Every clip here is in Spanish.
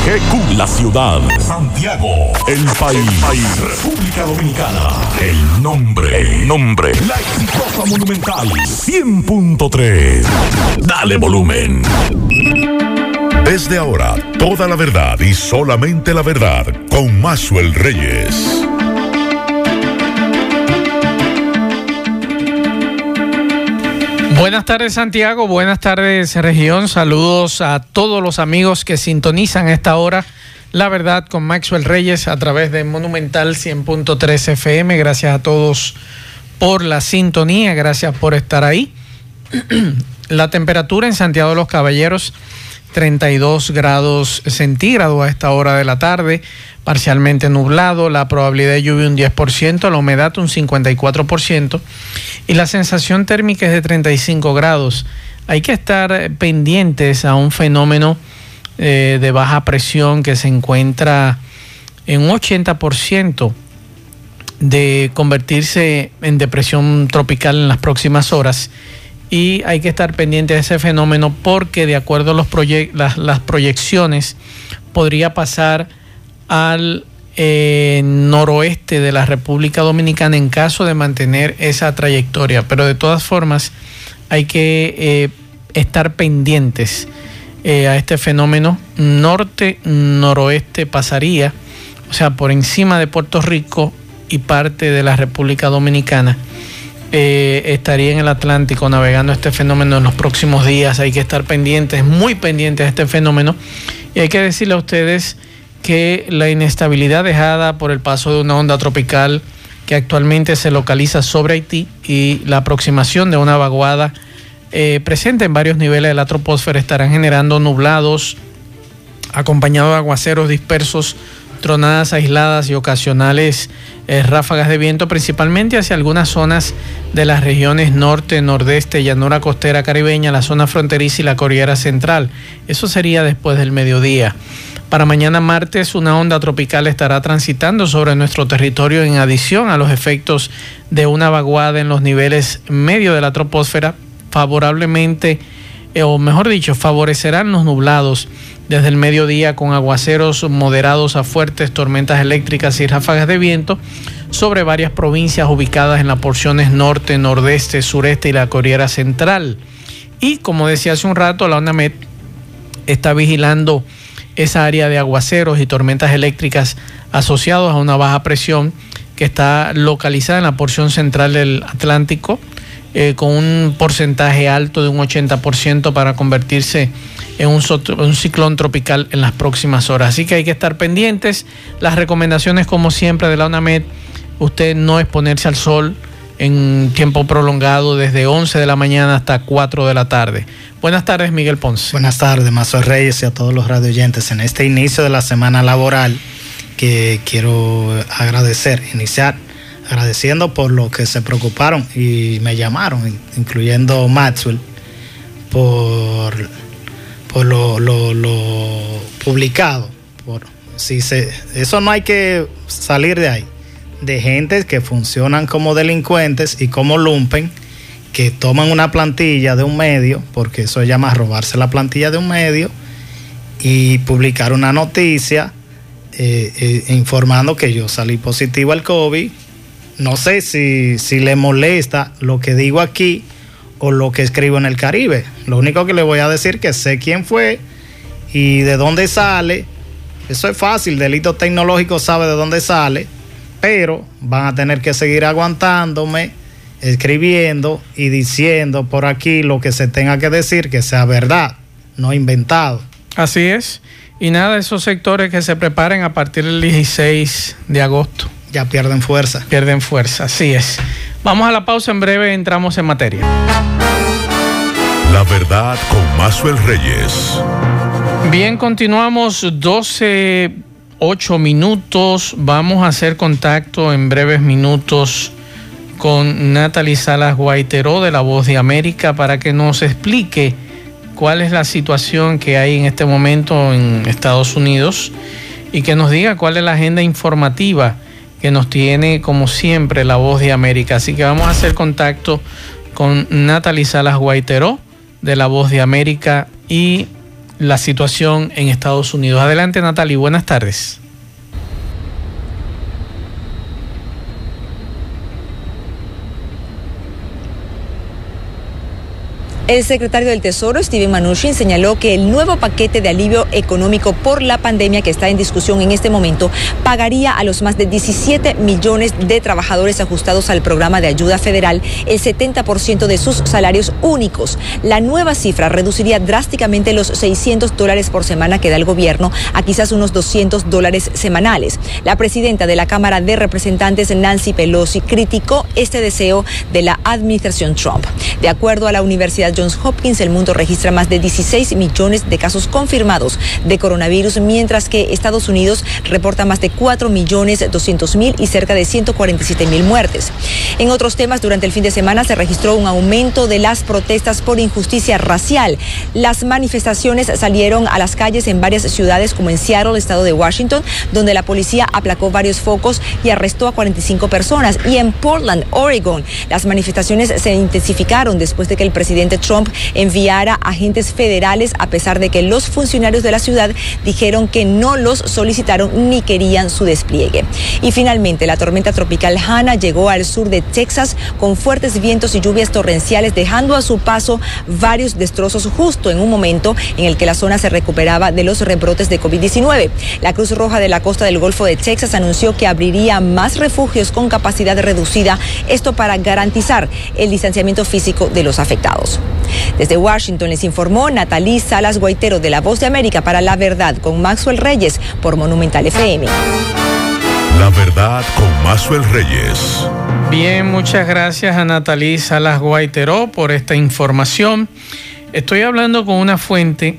XEQ, la ciudad. Santiago, el país. República Dominicana, el nombre. La exitosa Monumental 100.3. Dale volumen. Desde ahora, toda la verdad y solamente la verdad con Maxwell Reyes. Buenas tardes, Santiago. Buenas tardes, región. Saludos a todos los amigos que sintonizan a esta hora La Verdad con Maxwell Reyes a través de Monumental 100.3 FM. Gracias a todos por la sintonía. Gracias por estar ahí. La temperatura en Santiago de los Caballeros, 32 grados centígrados a esta hora de la tarde, parcialmente nublado, la probabilidad de lluvia un 10%, la humedad un 54% y la sensación térmica es de 35 grados. Hay que estar pendientes a un fenómeno de baja presión que se encuentra en un 80% de convertirse en depresión tropical en las próximas horas. Y hay que estar pendiente de ese fenómeno porque de acuerdo a las proyecciones podría pasar al noroeste de la República Dominicana en caso de mantener esa trayectoria. Pero de todas formas hay que estar pendientes a este fenómeno. Norte-noroeste pasaría, o sea, por encima de Puerto Rico y parte de la República Dominicana. Estaría en el Atlántico navegando este fenómeno en los próximos días. Hay que estar pendientes, muy pendientes de este fenómeno, y hay que decirle a ustedes que la inestabilidad dejada por el paso de una onda tropical que actualmente se localiza sobre Haití y la aproximación de una vaguada presente en varios niveles de la troposfera estarán generando nublados acompañados de aguaceros dispersos, tronadas aisladas y ocasionales ráfagas de viento, principalmente hacia algunas zonas de las regiones norte, nordeste, llanura costera caribeña, la zona fronteriza y la cordillera central. Eso sería después del mediodía. Para mañana martes, una onda tropical estará transitando sobre nuestro territorio en adición a los efectos de una vaguada en los niveles medio de la troposfera, favorecerán los nublados desde el mediodía con aguaceros moderados a fuertes, tormentas eléctricas y ráfagas de viento sobre varias provincias ubicadas en las porciones norte, nordeste, sureste y la cordillera central. Y como decía hace un rato, la ONAMED está vigilando esa área de aguaceros y tormentas eléctricas asociados a una baja presión que está localizada en la porción central del Atlántico, con un porcentaje alto de un 80% para convertirse en un ciclón tropical en las próximas horas. Así que hay que estar pendientes. Las recomendaciones, como siempre, de la ONAMED: usted no exponerse al sol en tiempo prolongado desde 11 de la mañana hasta 4 de la tarde. Buenas tardes, Miguel Ponce. Buenas tardes, Maxwell Reyes, y a todos los radioyentes en este inicio de la semana laboral, que quiero iniciar agradeciendo por lo que se preocuparon y me llamaron, incluyendo Maxwell, por lo publicado. Eso no hay que salir de ahí, de gente que funcionan como delincuentes y como lumpen, que toman una plantilla de un medio, porque eso se llama robarse la plantilla de un medio, y publicar una noticia informando que yo salí positivo al COVID. No sé si le molesta lo que digo aquí o lo que escribo en el Caribe. Lo único que le voy a decir es que sé quién fue y de dónde sale. Eso es fácil, Delito Tecnológico sabe de dónde sale, pero van a tener que seguir aguantándome, escribiendo y diciendo por aquí lo que se tenga que decir, que sea verdad, no inventado. Así es. Y nada, esos sectores que se preparen a partir del 16 de agosto. Ya pierden fuerza. Pierden fuerza, así es. Vamos a la pausa, en breve entramos en materia. La Verdad con Maxwell Reyes. Bien, continuamos, 12:08 minutos. Vamos a hacer contacto en breves minutos con Natalie Salas Guaiteró de La Voz de América para que nos explique cuál es la situación que hay en este momento en Estados Unidos y que nos diga cuál es la agenda informativa que nos tiene, como siempre, La Voz de América. Así que vamos a hacer contacto con Natalie Salas Guaiteró de La Voz de América y la situación en Estados Unidos. Adelante, Natalie, buenas tardes. El secretario del Tesoro, Steven Mnuchin, señaló que el nuevo paquete de alivio económico por la pandemia que está en discusión en este momento pagaría a los más de 17 millones de trabajadores ajustados al programa de ayuda federal el 70% de sus salarios únicos. La nueva cifra reduciría drásticamente los $600 por semana que da el gobierno a quizás unos $200 semanales. La presidenta de la Cámara de Representantes, Nancy Pelosi, criticó este deseo de la administración Trump. De acuerdo a la Universidad Johns Hopkins, el mundo registra más de 16 millones de casos confirmados de coronavirus, mientras que Estados Unidos reporta más de 4.200.000 y cerca de 147.000 muertes. En otros temas, durante el fin de semana se registró un aumento de las protestas por injusticia racial. Las manifestaciones salieron a las calles en varias ciudades, como en Seattle, estado de Washington, donde la policía aplacó varios focos y arrestó a 45 personas. Y en Portland, Oregon, las manifestaciones se intensificaron después de que el presidente Trump enviara agentes federales, a pesar de que los funcionarios de la ciudad dijeron que no los solicitaron ni querían su despliegue. Y finalmente, la tormenta tropical Hanna llegó al sur de Texas con fuertes vientos y lluvias torrenciales, dejando a su paso varios destrozos justo en un momento en el que la zona se recuperaba de los rebrotes de COVID-19. La Cruz Roja de la costa del Golfo de Texas anunció que abriría más refugios con capacidad reducida, esto para garantizar el distanciamiento físico de los afectados. Desde Washington les informó Natalie Salas Guaitero de La Voz de América para La Verdad con Maxwell Reyes por Monumental FM. La Verdad con Maxwell Reyes. Bien, muchas gracias a Natalie Salas Guaitero por esta información. Estoy hablando con una fuente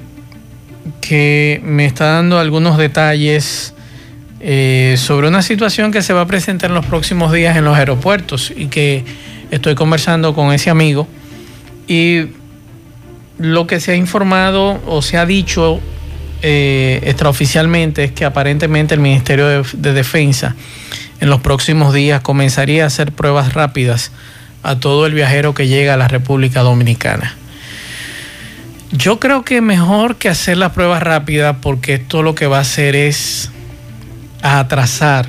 que me está dando algunos detalles sobre una situación que se va a presentar en los próximos días en los aeropuertos y que estoy conversando con ese amigo. Y lo que se ha informado o se ha dicho extraoficialmente es que aparentemente el Ministerio de Defensa en los próximos días comenzaría a hacer pruebas rápidas a todo el viajero que llega a la República Dominicana. Yo creo que mejor que hacer las pruebas rápidas, porque esto lo que va a hacer es atrasar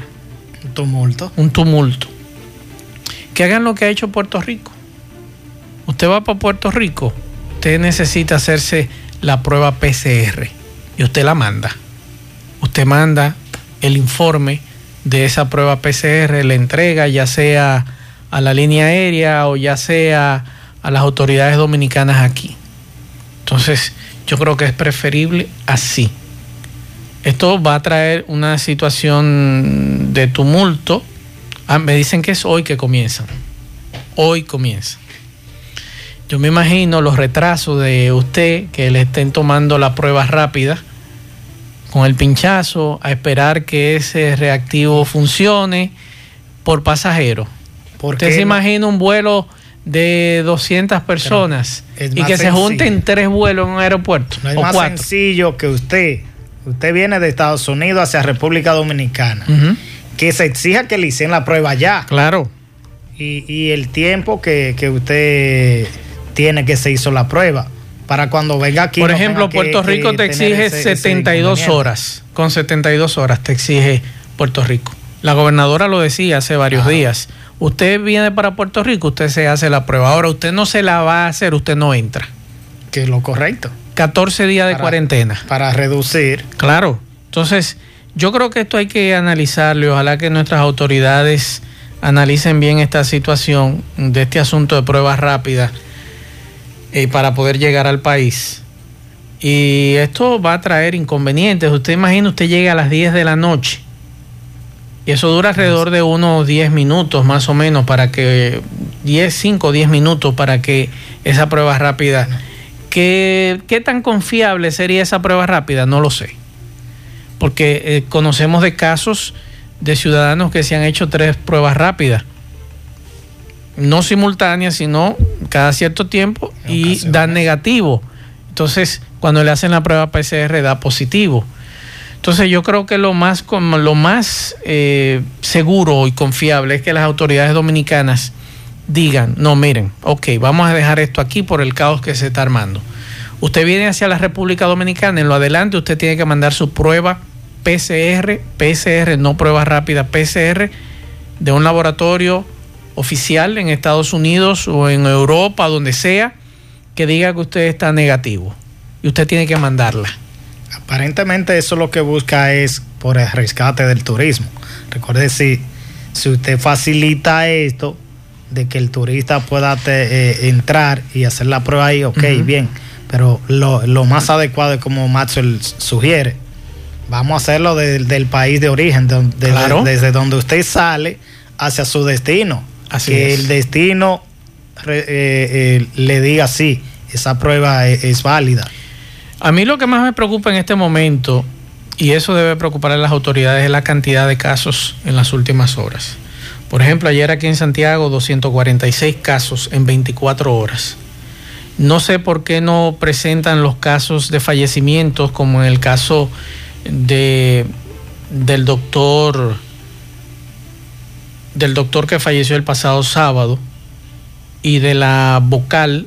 un tumulto. Que hagan lo que ha hecho Puerto Rico. Usted va para Puerto Rico, usted necesita hacerse la prueba PCR y usted la manda. Usted manda el informe de esa prueba PCR, le entrega ya sea a la línea aérea o ya sea a las autoridades dominicanas aquí. Entonces, yo creo que es preferible así. Esto va a traer una situación de tumulto. Me dicen que es hoy que comienzan. Hoy comienza. Yo me imagino los retrasos de usted que le estén tomando la prueba rápida con el pinchazo a esperar que ese reactivo funcione por pasajero. Usted se imagina un vuelo de 200 personas y que se junten 3 vuelos en un aeropuerto. No es o más 4. sencillo que usted viene de Estados Unidos hacia República Dominicana, que se exija que le hicieran la prueba ya. Claro. Y el tiempo que usted tiene que se hizo la prueba para cuando venga aquí. Por ejemplo, Puerto Rico te exige 72 horas. Con 72 horas te exige Puerto Rico. La gobernadora lo decía hace varios días. Usted viene para Puerto Rico, usted se hace la prueba. Ahora, usted no se la va a hacer, usted no entra. Que es lo correcto. 14 días de cuarentena. Para reducir. Claro. Entonces, yo creo que esto hay que analizarlo y ojalá que nuestras autoridades analicen bien esta situación de este asunto de pruebas rápidas para poder llegar al país. Y esto va a traer inconvenientes. Usted imagina, usted llega a las 10 de la noche y eso dura alrededor de unos 10 minutos más o menos para que 5 o 10 minutos para que esa prueba rápida, ¿qué tan confiable sería esa prueba rápida? No lo sé, porque conocemos de casos de ciudadanos que se han hecho 3 pruebas rápidas, no simultáneas, sino cada cierto tiempo, y dan negativo. Entonces, cuando le hacen la prueba PCR, da positivo. Entonces, yo creo que lo más seguro y confiable es que las autoridades dominicanas digan, no, miren, ok, vamos a dejar esto aquí por el caos que se está armando. Usted viene hacia la República Dominicana, en lo adelante usted tiene que mandar su prueba PCR, no prueba rápida, PCR, de un laboratorio oficial en Estados Unidos o en Europa, donde sea, que diga que usted está negativo. Y usted tiene que mandarla. Aparentemente eso lo que busca es por el rescate del turismo. Recuerde, si usted facilita esto, de que el turista pueda entrar y hacer la prueba ahí, ok, bien. Pero lo más adecuado es como Maxwell sugiere. Vamos a hacerlo del país de origen, claro, desde donde usted sale hacia su destino. Así que es. El destino le diga sí, esa prueba es válida. A mí lo que más me preocupa en este momento, y eso debe preocupar a las autoridades, es la cantidad de casos en las últimas horas. Por ejemplo, ayer aquí en Santiago, 246 casos en 24 horas. No sé por qué no presentan los casos de fallecimientos, como en el caso del doctor que falleció el pasado sábado, y de la vocal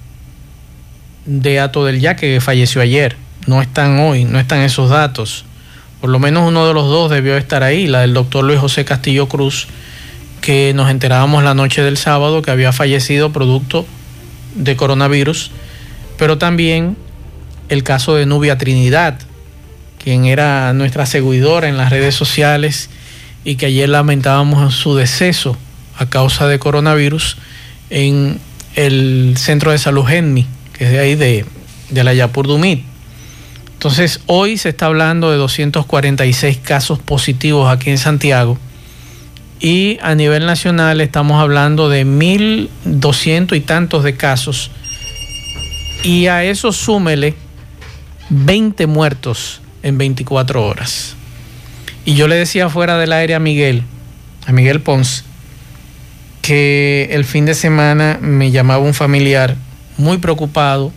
de Hato del Yaque que falleció ayer. No están hoy, no están esos datos. Por lo menos uno de los dos debió estar ahí, la del doctor Luis José Castillo Cruz, que nos enterábamos la noche del sábado que había fallecido producto de coronavirus, pero también el caso de Nubia Trinidad, quien era nuestra seguidora en las redes sociales y que ayer lamentábamos su deceso a causa de coronavirus en el centro de salud Genmi, que es de ahí de la Yapur Dumit. Entonces hoy se está hablando de 246 casos positivos aquí en Santiago, y a nivel nacional estamos hablando de 1.200 y tantos de casos, y a eso súmele 20 muertos en 24 horas. Y yo le decía fuera del aire a Miguel Ponce, que el fin de semana me llamaba un familiar muy preocupado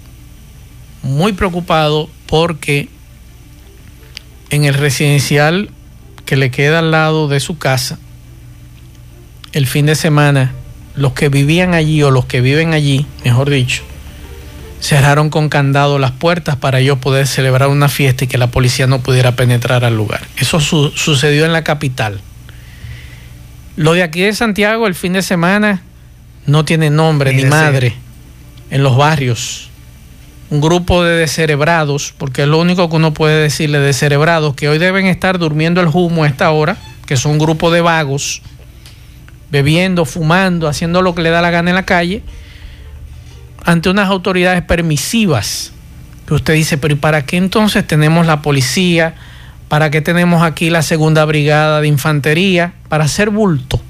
porque en el residencial que le queda al lado de su casa, el fin de semana, los que vivían allí, o los que viven allí, mejor dicho, cerraron con candado las puertas para ellos poder celebrar una fiesta y que la policía no pudiera penetrar al lugar. Eso sucedió en la capital. Lo de aquí de Santiago el fin de semana no tiene nombre ni madre. En los barrios, un grupo de descerebrados, porque es lo único que uno puede decirle, descerebrados, que hoy deben estar durmiendo el humo a esta hora, que son un grupo de vagos, bebiendo, fumando, haciendo lo que le da la gana en la calle, ante unas autoridades permisivas, que usted dice, pero ¿y para qué entonces tenemos la policía? ¿Para qué tenemos aquí la segunda brigada de infantería? Para hacer bulto.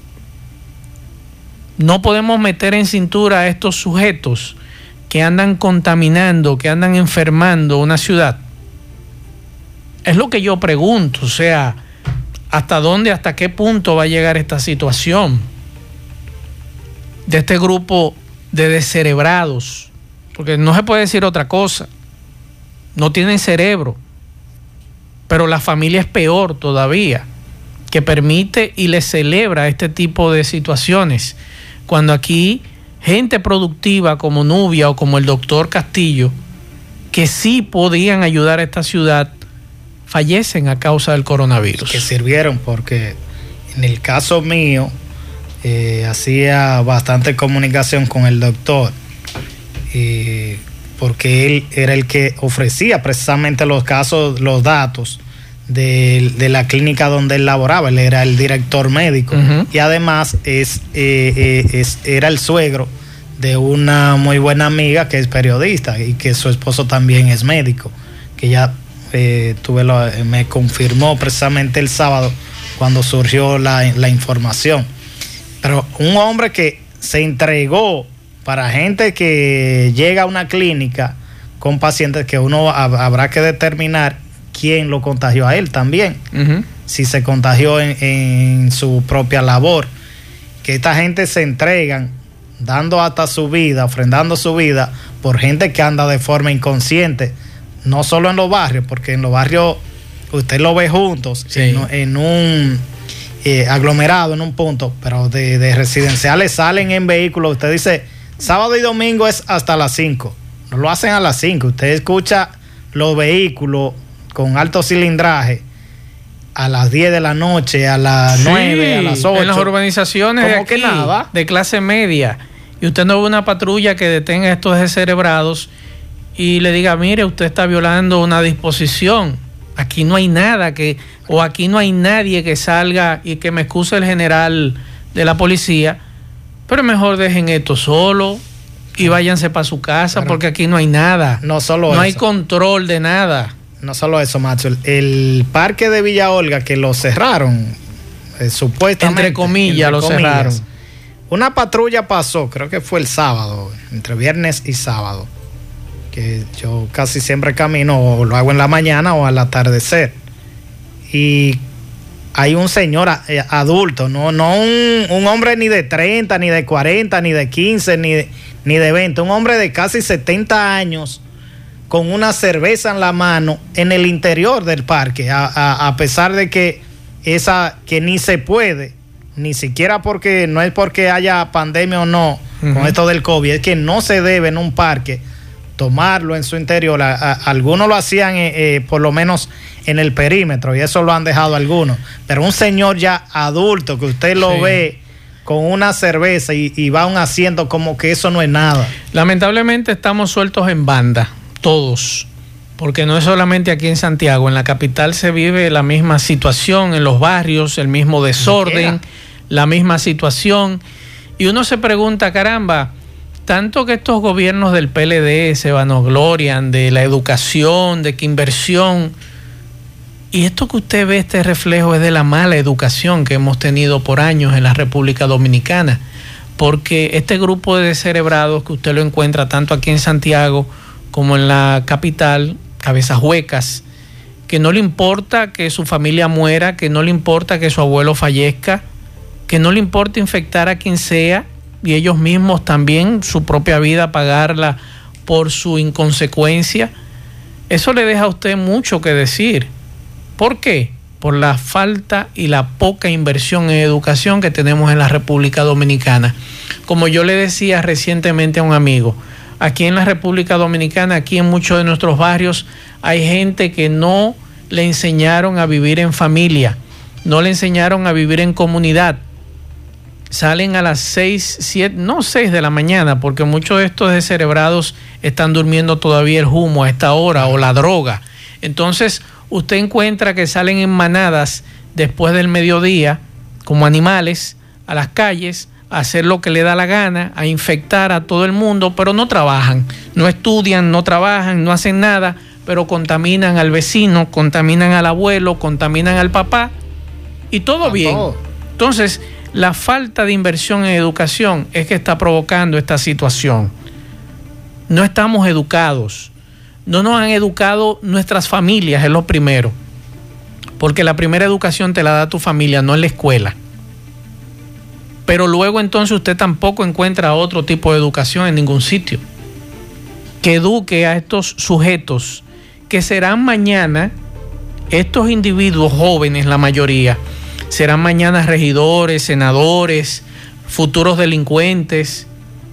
No podemos meter en cintura a estos sujetos que andan contaminando, que andan enfermando una ciudad. Es lo que yo pregunto, o sea, ¿hasta dónde, hasta qué punto va a llegar esta situación de este grupo de descerebrados? Porque no se puede decir otra cosa. No tienen cerebro. Pero la familia es peor todavía, que permite y le celebra este tipo de situaciones. Cuando aquí gente productiva como Nubia o como el doctor Castillo, que sí podían ayudar a esta ciudad, fallecen a causa del coronavirus. Que sirvieron, porque en el caso mío hacía bastante comunicación con el doctor, porque él era el que ofrecía precisamente los casos, los datos de la clínica donde él laboraba. Él era el director médico, y además era el suegro de una muy buena amiga que es periodista y que su esposo también es médico, que ya me confirmó precisamente el sábado cuando surgió la información. Pero un hombre que se entregó para gente que llega a una clínica con pacientes, que uno habrá que determinar quién lo contagió a él también, si se contagió en su propia labor. Que esta gente se entregan dando hasta su vida, ofrendando su vida por gente que anda de forma inconsciente, no solo en los barrios, porque en los barrios usted lo ve juntos, sí, en un aglomerado, en un punto, pero de residenciales salen en vehículos. Usted dice sábado y domingo es hasta las 5, no lo hacen a las 5. Usted escucha los vehículos con alto cilindraje a las 10 de la noche, a las 9, a las 8. En las urbanizaciones de aquí, de clase media. Y usted no ve una patrulla que detenga a estos descerebrados y le diga, mire, usted está violando una disposición. Aquí no hay nada o aquí no hay nadie que salga, y que me excuse el general de la policía, pero mejor dejen esto solo y váyanse para su casa, porque aquí no hay nada. No hay control de nada. No solo eso, Macho. El parque de Villa Olga, que lo cerraron, supuestamente. Entre comillas, lo cerraron. Una patrulla pasó, creo que fue el sábado, entre viernes y sábado, que yo casi siempre camino, o lo hago en la mañana o al atardecer. Y hay un señor adulto, no un hombre ni de 30, ni de 40, ni de 15, ni de 20, un hombre de casi 70 años con una cerveza en la mano en el interior del parque, a pesar de que ni se puede, ni siquiera porque no es porque haya pandemia o no, con esto del COVID, es que no se debe en un parque tomarlo en su interior. Algunos lo hacían por lo menos en el perímetro, y eso lo han dejado algunos, pero un señor ya adulto que usted lo ve con una cerveza y va a un asiento, como que eso no es nada. Lamentablemente estamos sueltos en banda, todos, porque no es solamente aquí en Santiago, en la capital se vive la misma situación, en los barrios, el mismo desorden, la misma situación, y uno se pregunta, caramba, tanto que estos gobiernos del PLD se vanaglorian de la educación, de que inversión, y esto que usted ve, este reflejo es de la mala educación que hemos tenido por años en la República Dominicana, porque este grupo de descerebrados que usted lo encuentra tanto aquí en Santiago como en la capital, cabezas huecas, que no le importa que su familia muera, que no le importa que su abuelo fallezca, que no le importa infectar a quien sea, y ellos mismos también su propia vida pagarla por su inconsecuencia. Eso le deja a usted mucho que decir. ¿Por qué? Por la falta y la poca inversión en educación que tenemos en la República Dominicana. Como yo le decía recientemente a un amigo, aquí en la República Dominicana, aquí en muchos de nuestros barrios, hay gente que no le enseñaron a vivir en familia, no le enseñaron a vivir en comunidad. Salen a las 6 de la mañana, porque muchos de estos descerebrados están durmiendo todavía el humo a esta hora, o la droga. Entonces, usted encuentra que salen en manadas después del mediodía, como animales, a las calles, a hacer lo que le da la gana, a infectar a todo el mundo, pero no trabajan, no estudian, no trabajan, no hacen nada, pero contaminan al vecino, contaminan al abuelo, contaminan al papá, y todo bien. Entonces, la falta de inversión en educación es que está provocando esta situación. No estamos educados. No nos han educado nuestras familias, es lo primero. Porque la primera educación te la da tu familia, no en la escuela. Pero luego entonces usted tampoco encuentra otro tipo de educación en ningún sitio que eduque a estos sujetos que serán mañana, estos individuos jóvenes, la mayoría, serán mañana regidores, senadores, futuros delincuentes,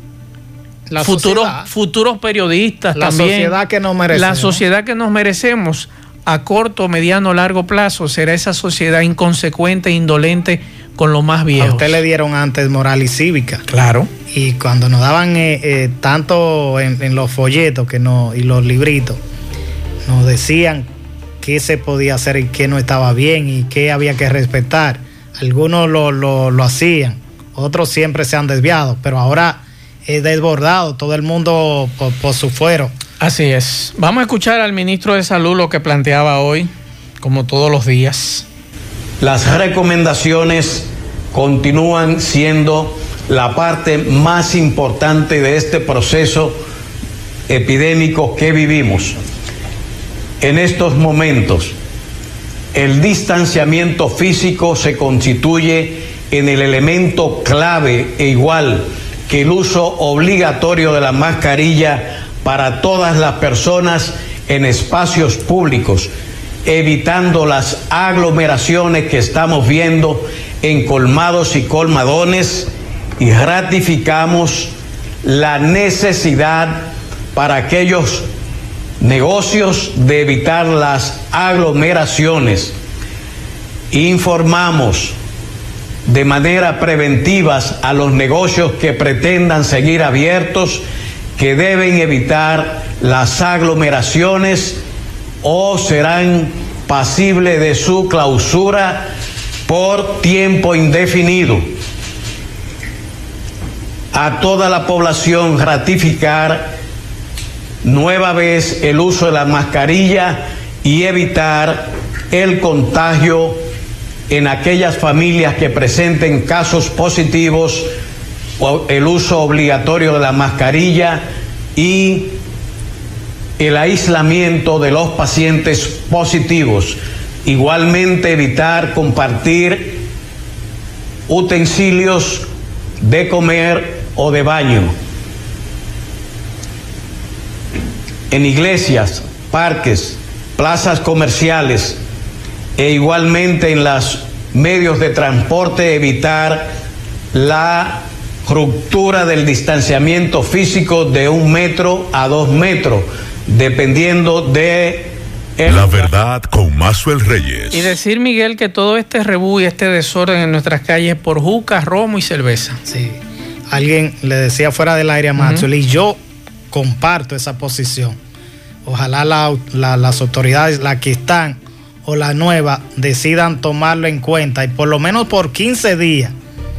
futuros periodistas también. La sociedad que nos merecemos. La sociedad que nos merecemos a corto, mediano, largo plazo será esa sociedad inconsecuente e indolente con lo más viejo. A usted le dieron antes moral y cívica. Claro. Y cuando nos daban tanto en los folletos y los libritos, nos decían qué se podía hacer y qué no estaba bien y qué había que respetar. Algunos lo hacían, otros siempre se han desviado, pero ahora es desbordado todo el mundo por su fuero. Así es. Vamos a escuchar al ministro de Salud lo que planteaba hoy, como todos los días. Las recomendaciones continúan siendo la parte más importante de este proceso epidémico que vivimos. En estos momentos, el distanciamiento físico se constituye en el elemento clave e igual que el uso obligatorio de la mascarilla para todas las personas en espacios públicos, evitando las aglomeraciones que estamos viendo en colmados y colmadones, y ratificamos la necesidad para aquellos negocios de evitar las aglomeraciones. Informamos de manera preventiva a los negocios que pretendan seguir abiertos que deben evitar las aglomeraciones o serán pasibles de su clausura por tiempo indefinido. A toda la población ratificar nueva vez el uso de la mascarilla y evitar el contagio en aquellas familias que presenten casos positivos, o el uso obligatorio de la mascarilla y el aislamiento de los pacientes positivos. Igualmente evitar compartir utensilios de comer o de baño. En iglesias, parques, plazas comerciales e igualmente en los medios de transporte evitar la ruptura del distanciamiento físico de 1 metro a 2 metros, dependiendo de... La verdad con Maxwell Reyes. Y decir, Miguel, que todo este rebú y este desorden en nuestras calles por juca, romo y cerveza. Sí, alguien le decía fuera del aire a Maxwell, y yo comparto esa posición. Ojalá las autoridades, las que están o la nueva, decidan tomarlo en cuenta y por lo menos por 15 días,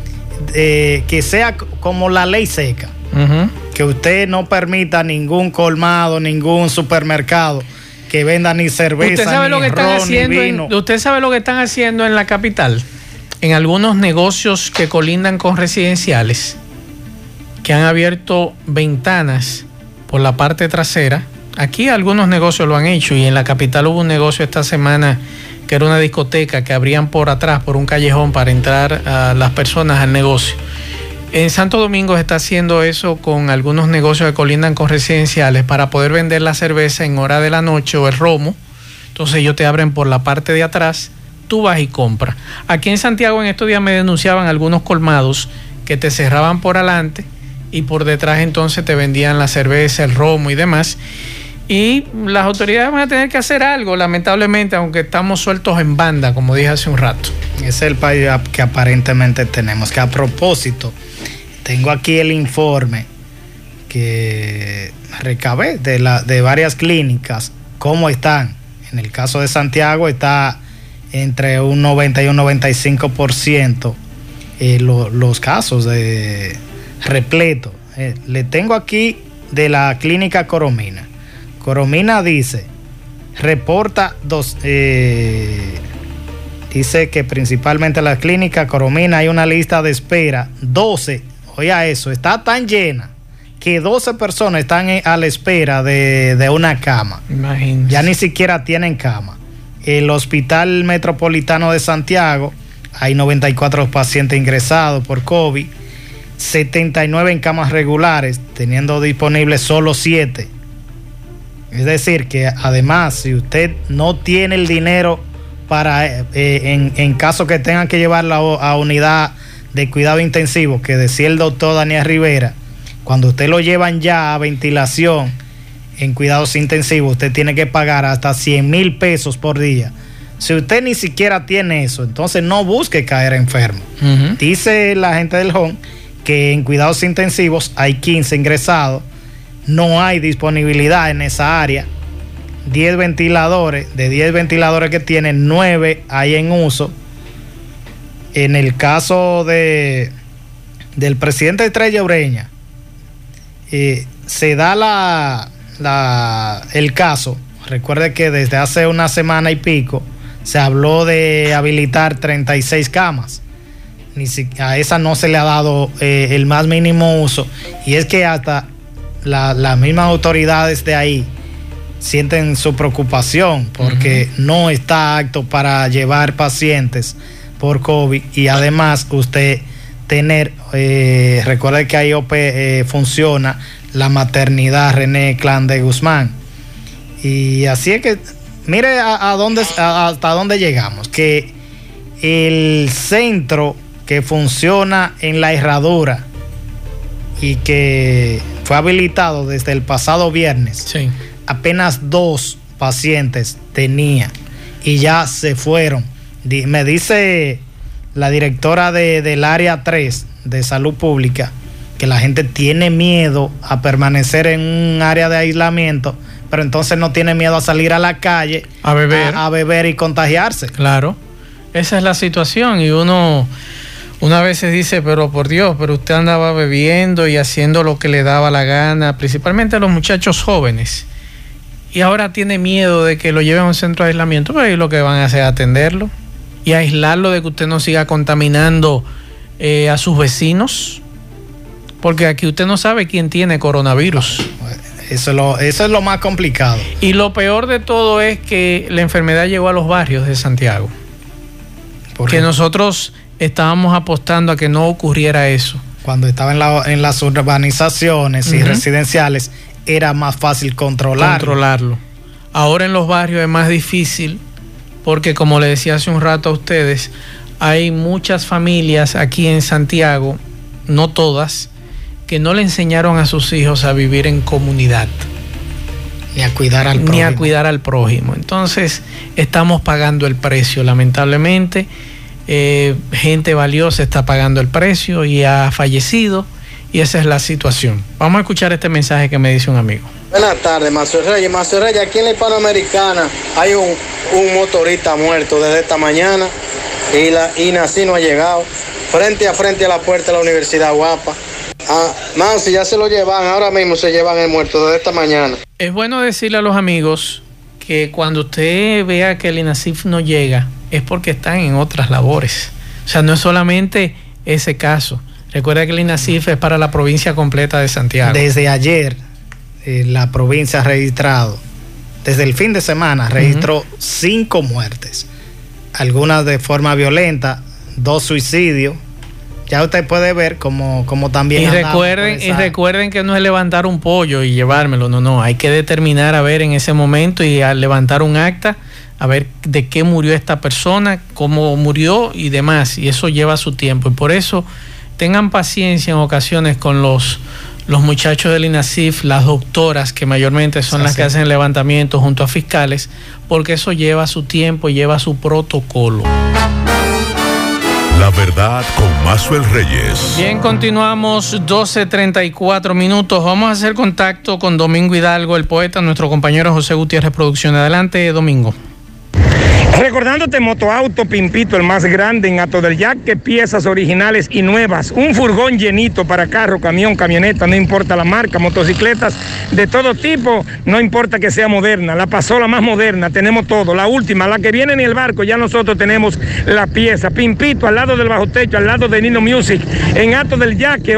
que sea como la ley seca, que usted no permita ningún colmado, ningún supermercado que venda ni cerveza, ¿Usted sabe ni lo que están ron, haciendo ni vino? ¿Usted sabe lo que están haciendo en la capital? En algunos negocios que colindan con residenciales, que han abierto ventanas por la parte trasera. Aquí algunos negocios lo han hecho, y en la capital hubo un negocio esta semana que era una discoteca que abrían por atrás, por un callejón, para entrar a las personas al negocio. En Santo Domingo se está haciendo eso con algunos negocios que colindan con residenciales para poder vender la cerveza en hora de la noche o el romo. Entonces ellos te abren por la parte de atrás, tú vas y compras. Aquí en Santiago en estos días me denunciaban algunos colmados que te cerraban por adelante y por detrás entonces te vendían la cerveza, el romo y demás. Y las autoridades van a tener que hacer algo, lamentablemente, aunque estamos sueltos en banda, como dije hace un rato. Ese es el país que aparentemente tenemos. Que a propósito, tengo aquí el informe que recabé de varias clínicas, cómo están. En el caso de Santiago está entre un 90 y un 95% los casos de repleto. Le tengo aquí de la clínica Coromina. Coromina dice, dice que principalmente en la clínica Coromina hay una lista de espera, 12, oiga eso, está tan llena que 12 personas están a la espera de una cama. Imagínese. Ya ni siquiera tienen cama. El Hospital Metropolitano de Santiago hay 94 pacientes ingresados por COVID, 79 en camas regulares, teniendo disponibles solo 7. Es decir, que además, si usted no tiene el dinero para, en caso que tengan que llevarlo a unidad de cuidado intensivo, que decía el doctor Daniel Rivera, cuando usted lo llevan ya a ventilación en cuidados intensivos, usted tiene que pagar hasta 100,000 pesos por día. Si usted ni siquiera tiene eso, entonces no busque caer enfermo. Dice la gente del HON que en cuidados intensivos hay 15 ingresados, no hay disponibilidad en esa área. 10 ventiladores, de 10 ventiladores que tienen, 9 hay en uso. En el caso del presidente Estrella Ureña, se da el caso. Recuerde que desde hace una semana y pico se habló de habilitar 36 camas. A esa no se le ha dado el más mínimo uso, y es que hasta las mismas autoridades de ahí sienten su preocupación porque no está apto para llevar pacientes por COVID, y además usted tener, recuerde que ahí funciona la maternidad René Clan de Guzmán, y así es que mire hasta dónde llegamos, que el centro que funciona en La Herradura y que fue habilitado desde el pasado viernes, sí, apenas 2 pacientes tenía y ya se fueron. Me dice la directora del área 3 de salud pública que la gente tiene miedo a permanecer en un área de aislamiento, pero entonces no tiene miedo a salir a la calle a beber, a beber y contagiarse. Claro, esa es la situación. Y uno a veces dice, pero por Dios, pero usted andaba bebiendo y haciendo lo que le daba la gana, principalmente a los muchachos jóvenes, y ahora tiene miedo de que lo lleven a un centro de aislamiento. Pues ahí lo que van a hacer es atenderlo y aislarlo de que usted no siga contaminando a sus vecinos, porque aquí usted no sabe quién tiene coronavirus. Eso es lo más complicado. Y lo peor de todo es que la enfermedad llegó a los barrios de Santiago, porque nosotros estábamos apostando a que no ocurriera eso. Cuando estaba en las urbanizaciones y residenciales era más fácil controlarlo. Ahora en los barrios es más difícil, porque como le decía hace un rato a ustedes, hay muchas familias aquí en Santiago, no todas, que no le enseñaron a sus hijos a vivir en comunidad. Ni a cuidar al prójimo. Entonces estamos pagando el precio, lamentablemente. Gente valiosa está pagando el precio y ha fallecido, y esa es la situación. Vamos a escuchar este mensaje que me dice un amigo. Buenas tardes, Macio Reyes. Macio Reyes, aquí en la Hispanoamericana hay un motorista muerto desde esta mañana y la INACI no ha llegado. Frente a la puerta de la Universidad Guapa. Si ya se lo llevan, ahora mismo se llevan el muerto desde esta mañana. Es bueno decirle a los amigos que cuando usted vea que el INASIF no llega, es porque están en otras labores. O sea, no es solamente ese caso. Recuerda que el INASIF es para la provincia completa de Santiago. Desde ayer, la provincia ha registrado, desde el fin de semana, registró 5 muertes. Algunas de forma violenta, 2 suicidios. Ya usted puede ver como también... Y recuerden que no es levantar un pollo y llevármelo, no. Hay que determinar, a ver, en ese momento, y al levantar un acta, a ver de qué murió esta persona, cómo murió y demás. Y eso lleva su tiempo. Y por eso tengan paciencia en ocasiones con los muchachos del INASIF, las doctoras, que mayormente son las que hacen el levantamiento junto a fiscales, porque eso lleva su tiempo y lleva su protocolo. La verdad con Maxwell Reyes. Bien, continuamos, 12:34 minutos. Vamos a hacer contacto con Domingo Hidalgo, el poeta, nuestro compañero José Gutiérrez Producciones. Adelante, Domingo. Recordándote Motoauto Pimpito, el más grande en Hato del Yaque, piezas originales y nuevas, un furgón llenito para carro, camión, camioneta, no importa la marca, motocicletas de todo tipo, no importa que sea moderna, la pasola más moderna, tenemos todo, la última, la que viene en el barco, ya nosotros tenemos la pieza. Pimpito, al lado del bajo techo, al lado de Nino Music, en Hato del Yaque,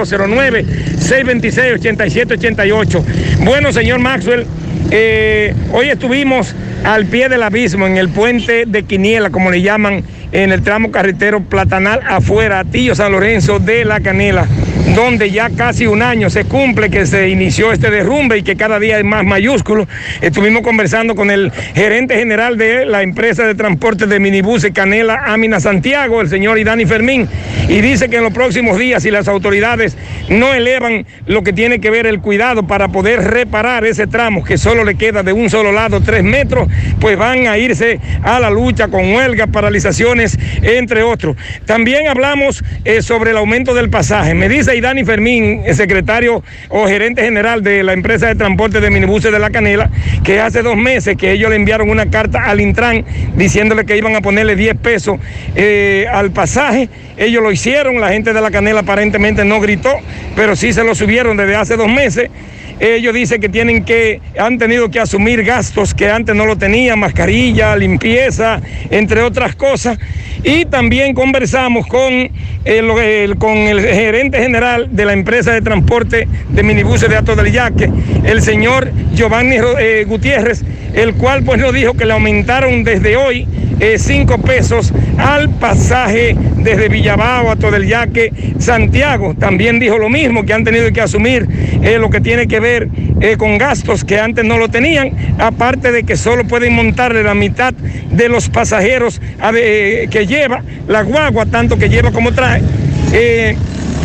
809-626-8788. Bueno, señor Maxwell, hoy estuvimos al pie del abismo, en el puente de Quiniela, como le llaman, en el tramo carretero Platanal afuera, Atillo San Lorenzo de la Canela, donde ya casi un año se cumple que se inició este derrumbe y que cada día es más mayúsculo. Estuvimos conversando con el gerente general de la empresa de transporte de minibuses Canela Amina Santiago, el señor Idani Fermín, y dice que en los próximos días, si las autoridades no elevan lo que tiene que ver el cuidado para poder reparar ese tramo, que solo le queda de un solo lado 3 metros, pues van a irse a la lucha con huelgas, paralizaciones, entre otros. También hablamos sobre el aumento del pasaje. Me dice Idani Fermín, el secretario o gerente general de la empresa de transporte de minibuses de la Canela, que hace 2 meses que ellos le enviaron una carta al Intran diciéndole que iban a ponerle 10 pesos al pasaje. Ellos lo hicieron, la gente de la Canela aparentemente no gritó, pero sí se lo subieron desde hace 2 meses. Ellos dicen que han tenido que asumir gastos que antes no lo tenían, mascarilla, limpieza, entre otras cosas. Y también conversamos con el gerente general de la empresa de transporte de minibuses de Hato del Yaque, el señor Giovanni Gutiérrez, el cual pues nos dijo que le aumentaron desde hoy 5 pesos al pasaje desde Villabao a Hato del Yaque, Santiago. También dijo lo mismo, que han tenido que asumir lo que tiene que ver con gastos que antes no lo tenían, aparte de que solo pueden montarle la mitad de los pasajeros que lleva la guagua, tanto que lleva como trae.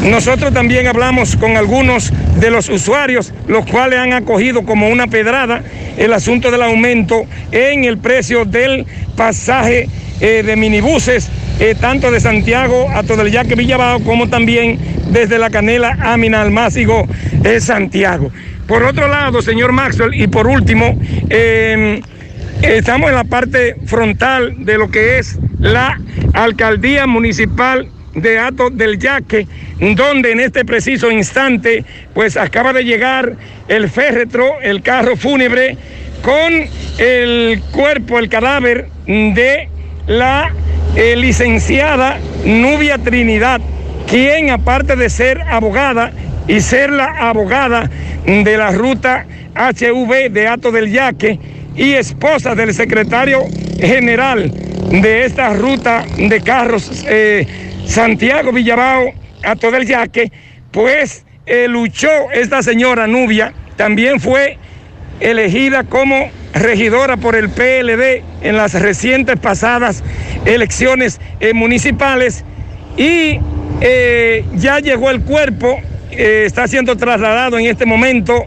nosotros también hablamos con algunos de los usuarios, los cuales han acogido como una pedrada el asunto del aumento en el precio del pasaje de minibuses, tanto de Santiago a Todelyaque, Villabao, como también desde La Canela a Minalmácigo, Santiago. Por otro lado, señor Maxwell, y por último, estamos en la parte frontal de lo que es la alcaldía municipal de Hato del Yaque, donde en este preciso instante pues acaba de llegar el féretro, el carro fúnebre con el cuerpo, el cadáver de la licenciada Nubia Trinidad, quien aparte de ser abogada y ser la abogada de la ruta HV de Hato del Yaque y esposa del secretario general de esta ruta de carros Santiago Villabao Hato del Yaque, pues luchó esta señora Nubia, también fue elegida como regidora por el PLD en las recientes pasadas elecciones municipales y ya llegó el cuerpo, está siendo trasladado en este momento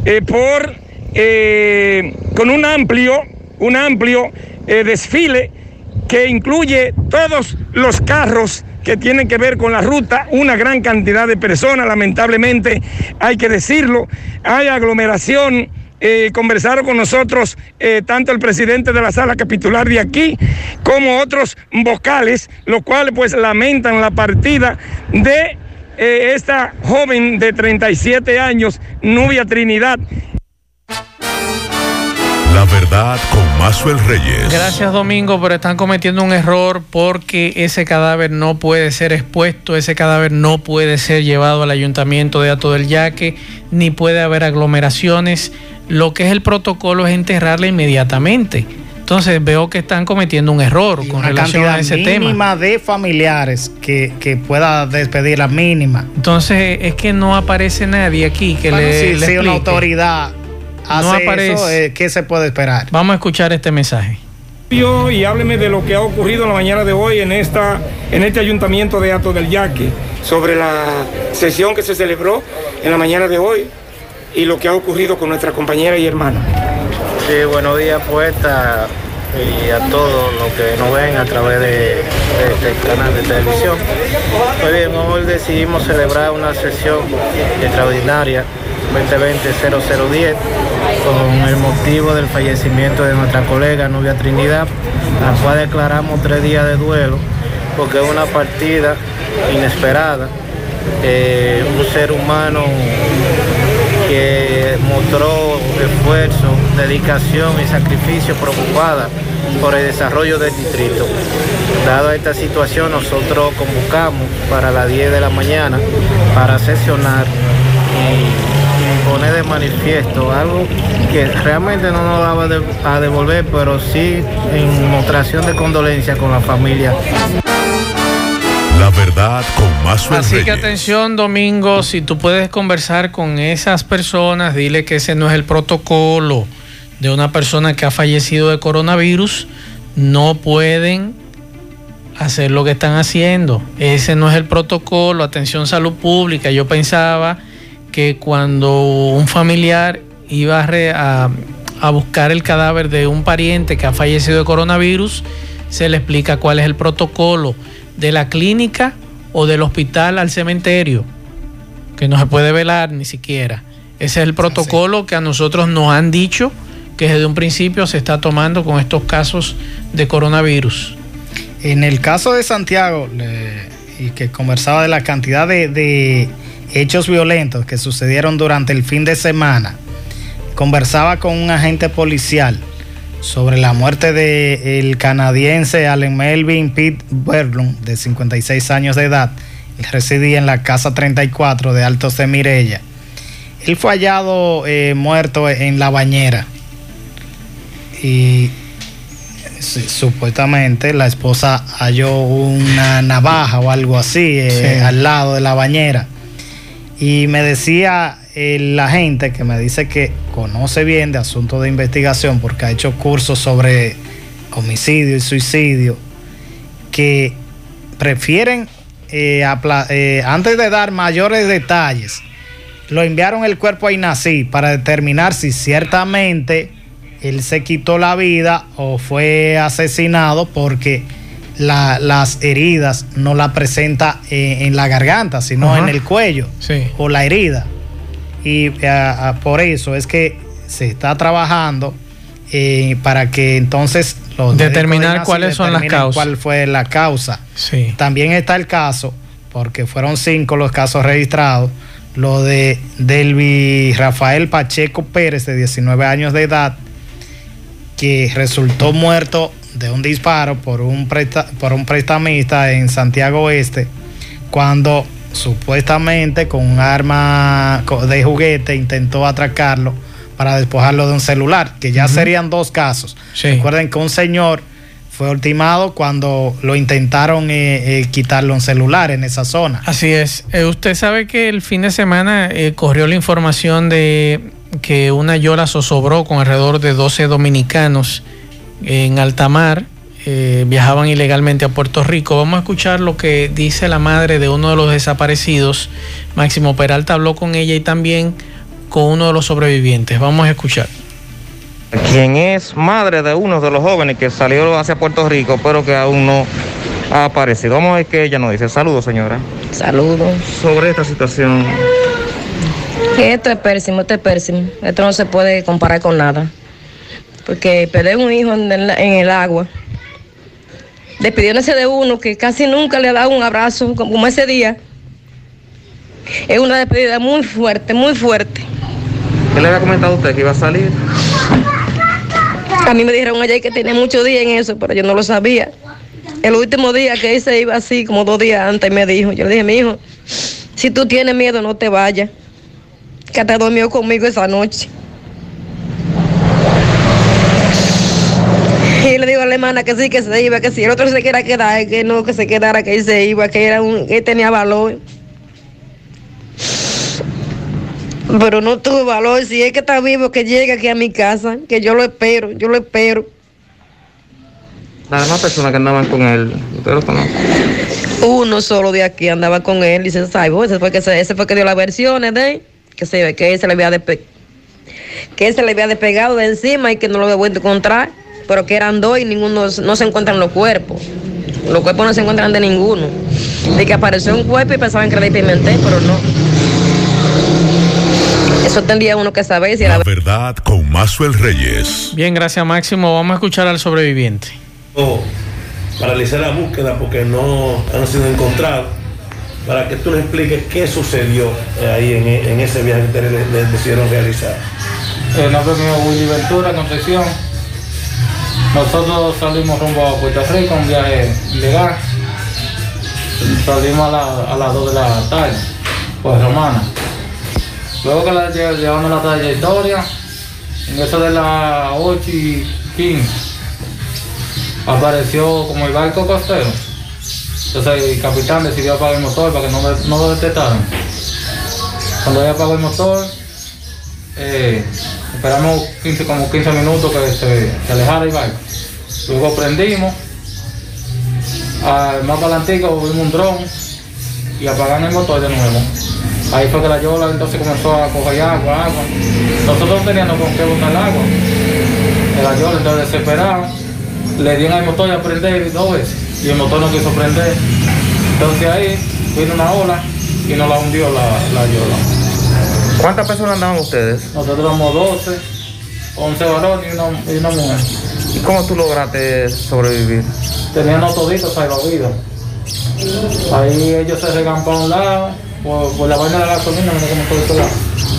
con un amplio desfile que incluye todos los carros que tienen que ver con la ruta, una gran cantidad de personas, lamentablemente hay que decirlo, hay aglomeración. Conversaron con nosotros tanto el presidente de la sala capitular de aquí como otros vocales, los cuales pues lamentan la partida de esta joven de 37 años, Nubia Trinidad. La verdad con Maxwell Reyes. Gracias, Domingo, pero están cometiendo un error porque ese cadáver no puede ser expuesto, ese cadáver no puede ser llevado al ayuntamiento de Hato del Yaque, ni puede haber aglomeraciones. Lo que es el protocolo es enterrarla inmediatamente. Entonces veo que están cometiendo un error con relación a ese tema. Mínima de familiares que pueda despedir, la mínima. Entonces es que no aparece nadie aquí que le explique. Una autoridad hace no aparece eso, ¿qué se puede esperar? Vamos a escuchar este mensaje. Y hábleme de lo que ha ocurrido en la mañana de hoy en este ayuntamiento de Hato del Yaque, sobre la sesión que se celebró en la mañana de hoy y lo que ha ocurrido con nuestra compañera y hermana. Sí, buenos días, poeta, y a todos los que nos ven a través de este canal de televisión. Muy bien, hoy decidimos celebrar una sesión extraordinaria 2020-0010 con el motivo del fallecimiento de nuestra colega Nubia Trinidad, la cual declaramos 3 días de duelo porque es una partida inesperada, un ser humano que mostró esfuerzo, dedicación y sacrificio, preocupada por el desarrollo del distrito. Dada esta situación, nosotros convocamos para las 10 de la mañana para sesionar y poner de manifiesto algo que realmente no nos daba a devolver, pero sí en mostración de condolencia con la familia. La verdad con Maxwell Así Reyes. que atención, Domingo, si tú puedes conversar con esas personas, dile que ese no es el protocolo de una persona que ha fallecido de coronavirus. No pueden hacer lo que están haciendo. Ese no es el protocolo. Atención, salud pública. Yo pensaba que cuando un familiar iba a buscar el cadáver de un pariente que ha fallecido de coronavirus, se le explica cuál es el protocolo de la clínica o del hospital al cementerio, que no se puede velar ni siquiera. Ese es el protocolo que a nosotros nos han dicho que desde un principio se está tomando con estos casos de coronavirus. En el caso de Santiago, y que conversaba de la cantidad de hechos violentos que sucedieron durante el fin de semana, conversaba con un agente policial sobre la muerte del canadiense Allen Melvin Pitt Berlund, de 56 años de edad. Él residía en la casa 34 de Altos de Mirella. Él fue hallado muerto en la bañera y supuestamente la esposa halló una navaja o algo así al lado de la bañera. Y me decía el agente, que me dice que conoce bien de asuntos de investigación porque ha hecho cursos sobre homicidio y suicidio, que prefieren antes de dar mayores detalles, lo enviaron el cuerpo a INACI para determinar si ciertamente él se quitó la vida o fue asesinado, porque las heridas no la presenta en la garganta, sino en el cuello, o la herida. Y por eso es que se está trabajando para que entonces determinar cuáles son las causas. Cuál fue la causa. Sí. También está el caso, porque fueron 5 los casos registrados, lo de Delvi Rafael Pacheco Pérez, de 19 años de edad, que resultó muerto de un disparo por un prestamista en Santiago Oeste, cuando supuestamente con un arma de juguete intentó atracarlo para despojarlo de un celular, que ya serían 2 casos. Sí. Recuerden que un señor fue ultimado cuando lo intentaron quitarle un celular en esa zona. Así es. Usted sabe que el fin de semana corrió la información de que una yola zozobró con alrededor de 12 dominicanos en alta mar. Viajaban ilegalmente a Puerto Rico. Vamos a escuchar lo que dice la madre de uno de los desaparecidos. Máximo Peralta habló con ella y también con uno de los sobrevivientes. Vamos a escuchar. Quien es madre de uno de los jóvenes que salió hacia Puerto Rico, pero que aún no ha aparecido. Vamos a ver qué ella nos dice. Saludos, señora. Saludos. Sobre esta situación. Esto es pésimo, Esto no se puede comparar con nada. Porque perder un hijo en el agua, despidiéndose de uno que casi nunca le ha dado un abrazo como ese día, es una despedida muy fuerte, muy fuerte. ¿Qué le había comentado a usted que iba a salir? A mí me dijeron ayer que tenía muchos días en eso, pero yo no lo sabía. El último día que él se iba así, como 2 días antes, me dijo, yo le dije, mi hijo, si tú tienes miedo, no te vayas, que te dormió conmigo esa noche. Y le digo a la hermana que sí, que se iba, que si el otro se quiera quedar, que no, que se quedara, que él se iba, que él tenía valor. Pero no tuvo valor. Si es que está vivo, que llegue aquí a mi casa, que yo lo espero. Las demás personas que andaban con él, ¿usted lo conoce? Uno solo de aquí andaba con él y se salvó. Ese fue que dio las versiones de él, que él se le había despegado de encima y que no lo había vuelto a encontrar, pero que eran 2 y ninguno, no se encuentran los cuerpos. Los cuerpos no se encuentran de ninguno. De que apareció un cuerpo y pensaban que era de Pimentel, pero no. Eso tendría uno que saber si era... La verdad con Maxwell Reyes. Bien, gracias Máximo. Vamos a escuchar al sobreviviente. Paralizar la búsqueda porque no han sido encontrados. Para que tú le expliques qué sucedió ahí en ese viaje que ustedes decidieron realizar. El nombre mío es Willy Ventura, Concepción. Nosotros salimos rumbo a Puerto Rico, un viaje ilegal. Salimos a las 2 de la tarde, pues Romana. Luego que llevamos la trayectoria, en eso de las 8:15, apareció como el barco costero. Entonces el capitán decidió apagar el motor para que no lo detectaran. Cuando ya apagó el motor, esperamos como 15 minutos que se alejara el barco. Luego prendimos, más para adelantico vimos un dron y apagamos el motor de nuevo. Ahí fue que la yola entonces comenzó a coger agua. Nosotros no teníamos con qué botar el agua. La yola entonces desesperado, le dieron al motor a prender 2 veces y el motor no quiso prender. Entonces ahí vino una ola y nos la hundió la yola. ¿Cuántas personas andaban ustedes? Nosotros éramos 12, 11 varones y una mujer. ¿Y cómo tú lograste sobrevivir? Teníamos toditos salvavidas. Ahí ellos se regan para un lado, por la vaina de la gasolina, no sé cómo fue otro lado.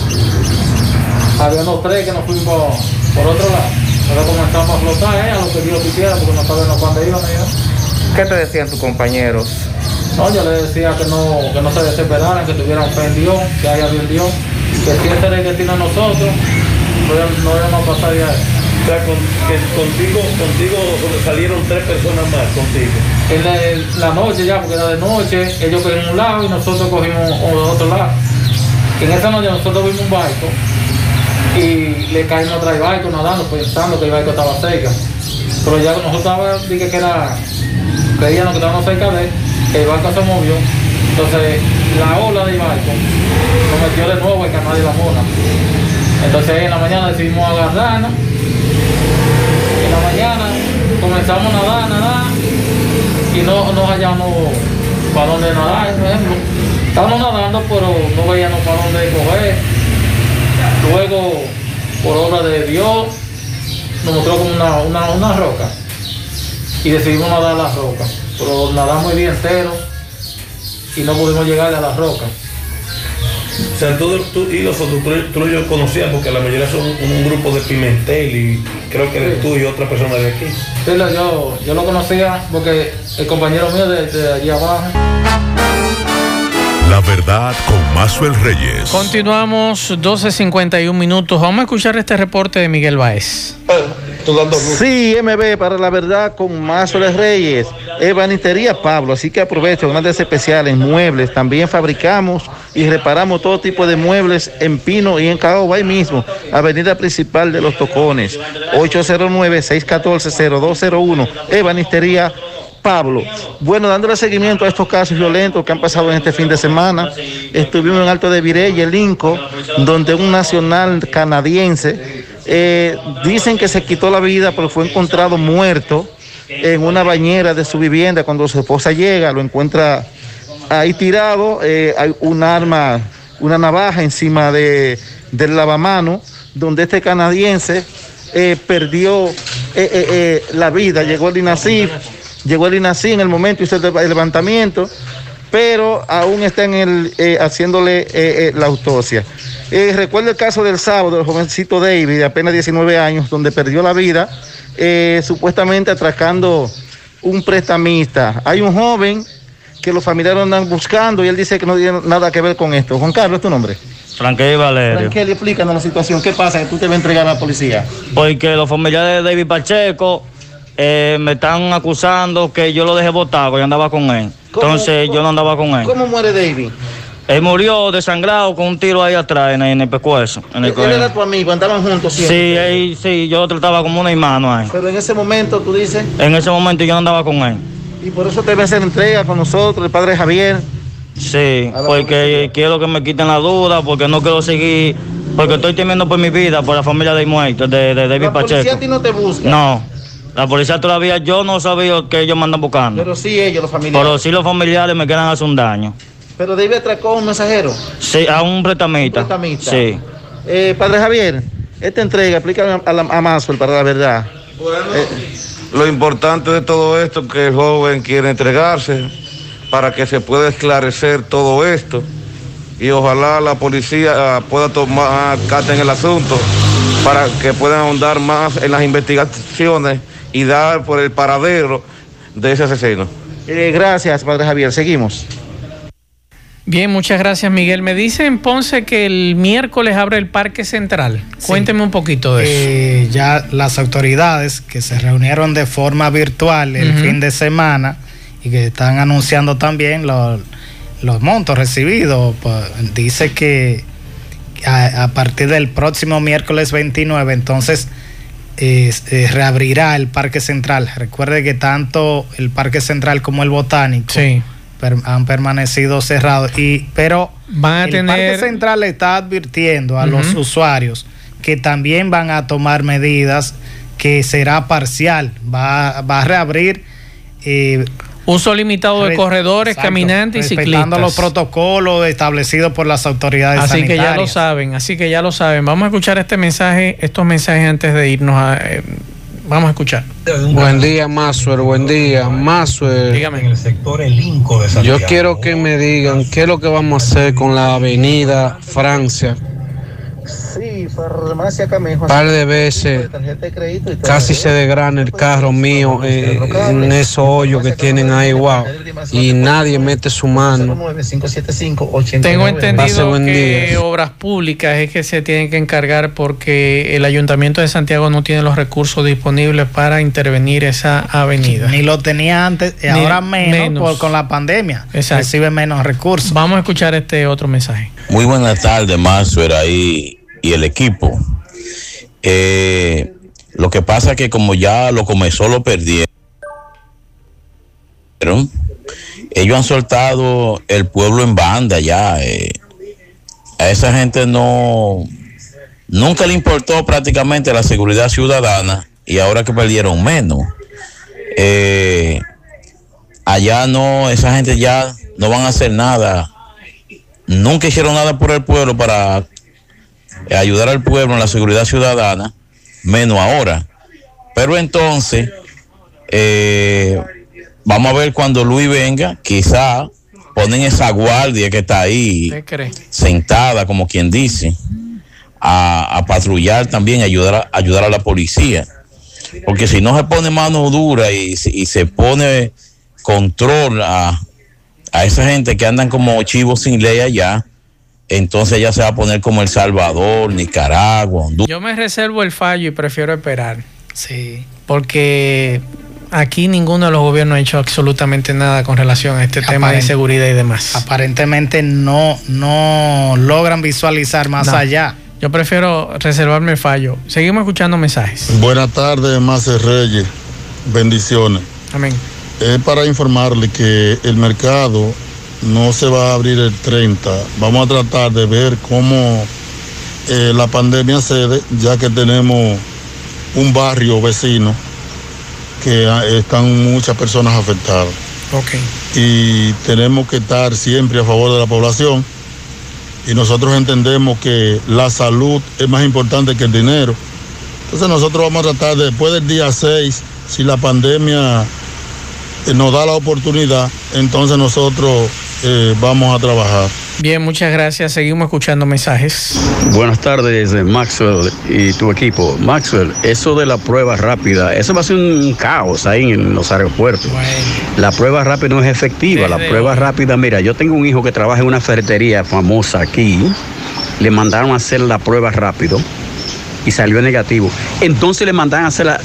Había unos 3 que nos fuimos por otro lado. Ahora comenzamos a flotar, a lo que Dios quisiera, porque no sabíamos cuándo íbamos. ¿Qué te decían tus compañeros? No, yo les decía que no se desesperaran, que tuvieran fe en Dios, que haya bien Dios, que si este era el destino a nosotros, no íbamos a pasar de ahí. O sea, contigo salieron 3 personas más contigo. En la noche ya, porque era de noche, ellos cogieron un lado y nosotros cogimos otro lado. En esa noche nosotros vimos un barco y le caímos atrás del barco nadando, pensando que el barco estaba cerca. Pero ya nosotros dije que creíamos que estábamos cerca de él, el barco se movió Entonces la ola del barco nos metió de nuevo el canal de la Mona. Entonces en la mañana decidimos agarrarnos. En la mañana comenzamos a nadar y no hallamos para dónde nadar, por ejemplo. Estábamos nadando, pero no veíamos para dónde coger. Luego, por obra de Dios, nos mostró como una roca y decidimos nadar a la roca, pero nadamos el día entero y no pudimos llegar a la roca. O sea, tú y los otros, tú y yo conocías, porque la mayoría son un grupo de Pimentel y creo que eres tú y otra persona de aquí. Sí, yo lo conocía porque el compañero mío de allí abajo. La verdad con Maxwell Reyes. Continuamos, 12:51 minutos. Vamos a escuchar este reporte de Miguel Báez. Sí, MB para la verdad con Maxwell Reyes. Ebanistería Pablo, así que aprovecho grandes especiales, muebles. También fabricamos y reparamos todo tipo de muebles en Pino y en Caoba, ahí mismo, avenida principal de Los Tocones, 809-614-0201. Ebanistería Pablo. Bueno, dándole seguimiento a estos casos violentos que han pasado en este fin de semana, estuvimos en Alto de Virey, el Inco, donde un nacional canadiense, dicen que se quitó la vida, pero fue encontrado muerto en una bañera de su vivienda. Cuando su esposa llega, lo encuentra ahí tirado, hay un arma, una navaja encima del lavamano, donde este canadiense perdió la vida. Llegó el INACIF en el momento, hizo el levantamiento, pero aún está haciéndole la autopsia. Recuerdo el caso del sábado del jovencito David, de apenas 19 años, donde perdió la vida, supuestamente atracando un prestamista. Hay un joven que los familiares andan buscando y él dice que no tiene nada que ver con esto. Juan Carlos, ¿es tu nombre? Frankel Valerio. Frankel, explícanos la situación. ¿Qué pasa que tú te vas a entregar a la policía? Porque los familiares de David Pacheco me están acusando que yo lo dejé botado, yo andaba con él. Entonces yo no andaba con él. ¿Cómo muere David? Él murió desangrado con un tiro ahí atrás en el pescuezo. Él era tu amigo, andaban juntos siempre. Sí, yo lo trataba como una hermano ahí. Pero en ese momento, tú dices. En ese momento yo no andaba con él. Y por eso te ves en entrega con nosotros, el padre Javier. Sí, porque quiero que me quiten la duda, porque no quiero seguir, porque estoy temiendo por mi vida, por la familia de muerto, de David Pacheco. ¿La policía a ti no te busca? No, la policía todavía, yo no sabía que ellos me andan buscando. Pero sí ellos, los familiares. Pero sí los familiares me quieren hacer un daño. ¿Pero David atracó a un mensajero? Sí, a un prestamista. Sí. Padre Javier, esta entrega, explícame a Maxwell para la verdad. Bueno, lo importante de todo esto es que el joven quiere entregarse para que se pueda esclarecer todo esto y ojalá la policía pueda tomar carta en el asunto para que puedan ahondar más en las investigaciones y dar por el paradero de ese asesino. Gracias, Padre Javier. Seguimos. Bien, muchas gracias, Miguel. Me dice en Ponce que el miércoles abre el Parque Central. Cuénteme un poquito de eso. Ya las autoridades que se reunieron de forma virtual el fin de semana y que están anunciando también los montos recibidos, pues, dice que a partir del próximo miércoles 29, entonces reabrirá el Parque Central. Recuerde que tanto el Parque Central como el Botánico han permanecido cerrados, pero el Parque Central está advirtiendo a los usuarios que también van a tomar medidas, que será parcial, va a reabrir uso limitado de corredores, caminantes y ciclistas, respetando los protocolos establecidos por las autoridades sanitarias. Así que ya lo saben. Vamos a escuchar estos mensajes antes de irnos vamos a escuchar. Buen día, Maxwell. Buen día, Maxwell. Dígame. En el sector El Inco de Santiago. Yo quiero que me digan qué es lo que vamos a hacer con la avenida Francia. Sí, farmacia Camejo. Un par de veces casi se desgrana el carro mío en esos hoyos que tienen ahí, wow. Y nadie mete su mano. Tengo entendido que Obras Públicas es que se tienen que encargar, porque el Ayuntamiento de Santiago no tiene los recursos disponibles para intervenir esa avenida. Ni lo tenía antes, ahora menos. Con la pandemia. Exacto. Recibe menos recursos. Vamos a escuchar este otro mensaje. Muy buenas tardes, Maxwell ahí y el equipo. Lo que pasa es que como ya lo comenzó, lo perdieron. ellos han soltado el pueblo en banda ya. A esa gente nunca le importó prácticamente la seguridad ciudadana, y ahora que perdieron menos. Allá esa gente ya no van a hacer nada. Nunca hicieron nada por el pueblo para ayudar al pueblo en la seguridad ciudadana, menos ahora. Pero entonces, vamos a ver cuando Luis venga, quizá ponen esa guardia que está ahí sentada, como quien dice, a patrullar también, ayudar a la policía. Porque si no se pone mano dura y se pone control a esa gente que andan como chivos sin ley allá, entonces ya se va a poner como El Salvador, Nicaragua, Honduras. Yo me reservo el fallo y prefiero esperar. Sí. Porque aquí ninguno de los gobiernos ha hecho absolutamente nada con relación a este tema de inseguridad y demás. Aparentemente no logran visualizar más allá. Yo prefiero reservarme el fallo. Seguimos escuchando mensajes. Buenas tardes, Macer Reyes. Bendiciones. Amén. Es para informarle que el mercado no se va a abrir el 30. Vamos a tratar de ver cómo la pandemia cede, ya que tenemos un barrio vecino que están muchas personas afectadas. Okay. Y tenemos que estar siempre a favor de la población, y nosotros entendemos que la salud es más importante que el dinero. Entonces nosotros vamos a tratar después del día 6, si la pandemia nos da la oportunidad, entonces nosotros vamos a trabajar. Bien, muchas gracias. Seguimos escuchando mensajes. Buenas tardes, Maxwell y tu equipo. Maxwell, eso de la prueba rápida, eso va a ser un caos ahí en los aeropuertos. Bueno. La prueba rápida no es efectiva. La prueba rápida, mira, yo tengo un hijo que trabaja en una ferretería famosa aquí. Le mandaron a hacer la prueba rápido y salió negativo. Entonces le mandaron a hacer la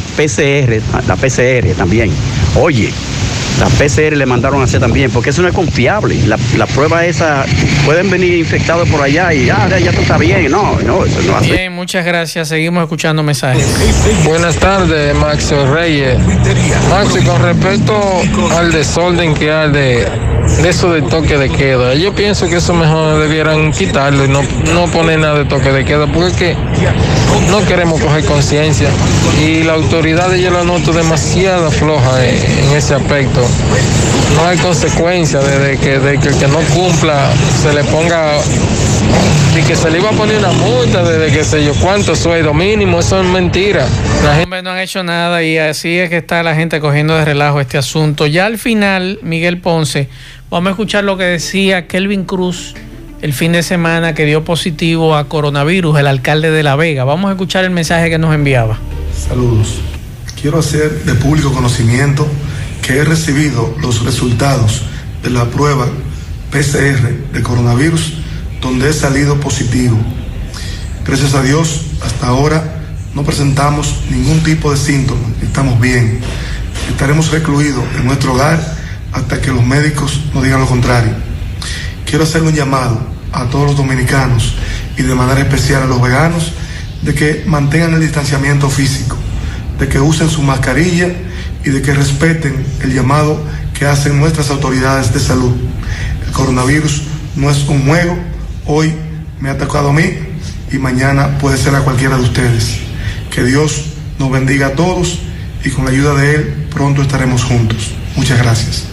PCR también. Oye, la PCR le mandaron a hacer también, porque eso no es confiable. La prueba esa, pueden venir infectados por allá y ya tú estás bien. No, eso no hace. Bien, muchas gracias. Seguimos escuchando mensajes. Buenas tardes, Maxo Reyes. Maxo, con respecto al desorden que hay de eso del toque de queda, yo pienso que eso mejor debieran quitarlo y no poner nada de toque de queda, porque es que no queremos coger conciencia, y la autoridad yo la noto demasiado floja en ese aspecto. No hay consecuencia de que el que no cumpla se le ponga, y que se le iba a poner una multa de qué sé yo cuánto sueldo mínimo. Eso es mentira. La gente no han hecho nada, y así es que está la gente cogiendo de relajo este asunto. Ya al final, Miguel Ponce, vamos a escuchar lo que decía Kelvin Cruz el fin de semana, que dio positivo a coronavirus, el alcalde de La Vega. Vamos a escuchar el mensaje que nos enviaba. Saludos. Quiero hacer de público conocimiento que he recibido los resultados de la prueba PCR de coronavirus, donde he salido positivo. Gracias a Dios, hasta ahora no presentamos ningún tipo de síntomas, estamos bien. Estaremos recluidos en nuestro hogar hasta que los médicos nos digan lo contrario. Quiero hacerle un llamado a todos los dominicanos, y de manera especial a los veganos, de que mantengan el distanciamiento físico, de que usen su mascarilla y de que respeten el llamado que hacen nuestras autoridades de salud. El coronavirus no es un juego. Hoy me ha tocado a mí y mañana puede ser a cualquiera de ustedes. Que Dios nos bendiga a todos, y con la ayuda de Él pronto estaremos juntos. Muchas gracias.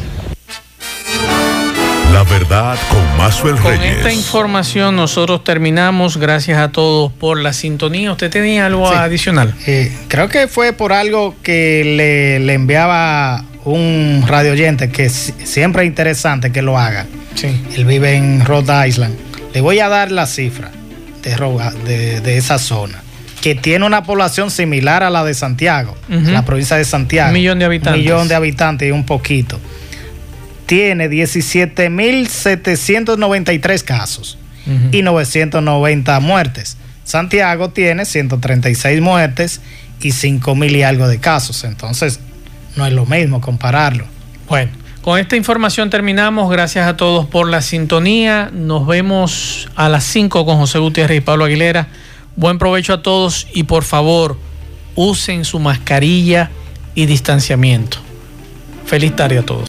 La verdad con Maxwell Reyes. Con esta información nosotros terminamos. Gracias a todos por la sintonía. ¿Usted tenía algo adicional? Creo que fue por algo que le enviaba un radio oyente, que siempre es interesante que lo haga. Sí. Él vive en Rhode Island. Le voy a dar la cifra de esa zona, que tiene una población similar a la de Santiago, la provincia de Santiago. 1 millón de habitantes. 1 millón de habitantes y un poquito. Tiene 17.793 casos y 990 muertes. Santiago tiene 136 muertes y 5,000 y algo de casos. Entonces, no es lo mismo compararlo. Bueno, con esta información terminamos. Gracias a todos por la sintonía. Nos vemos a las 5 con José Gutiérrez y Pablo Aguilera. Buen provecho a todos, y por favor, usen su mascarilla y distanciamiento. Feliz tarde a todos.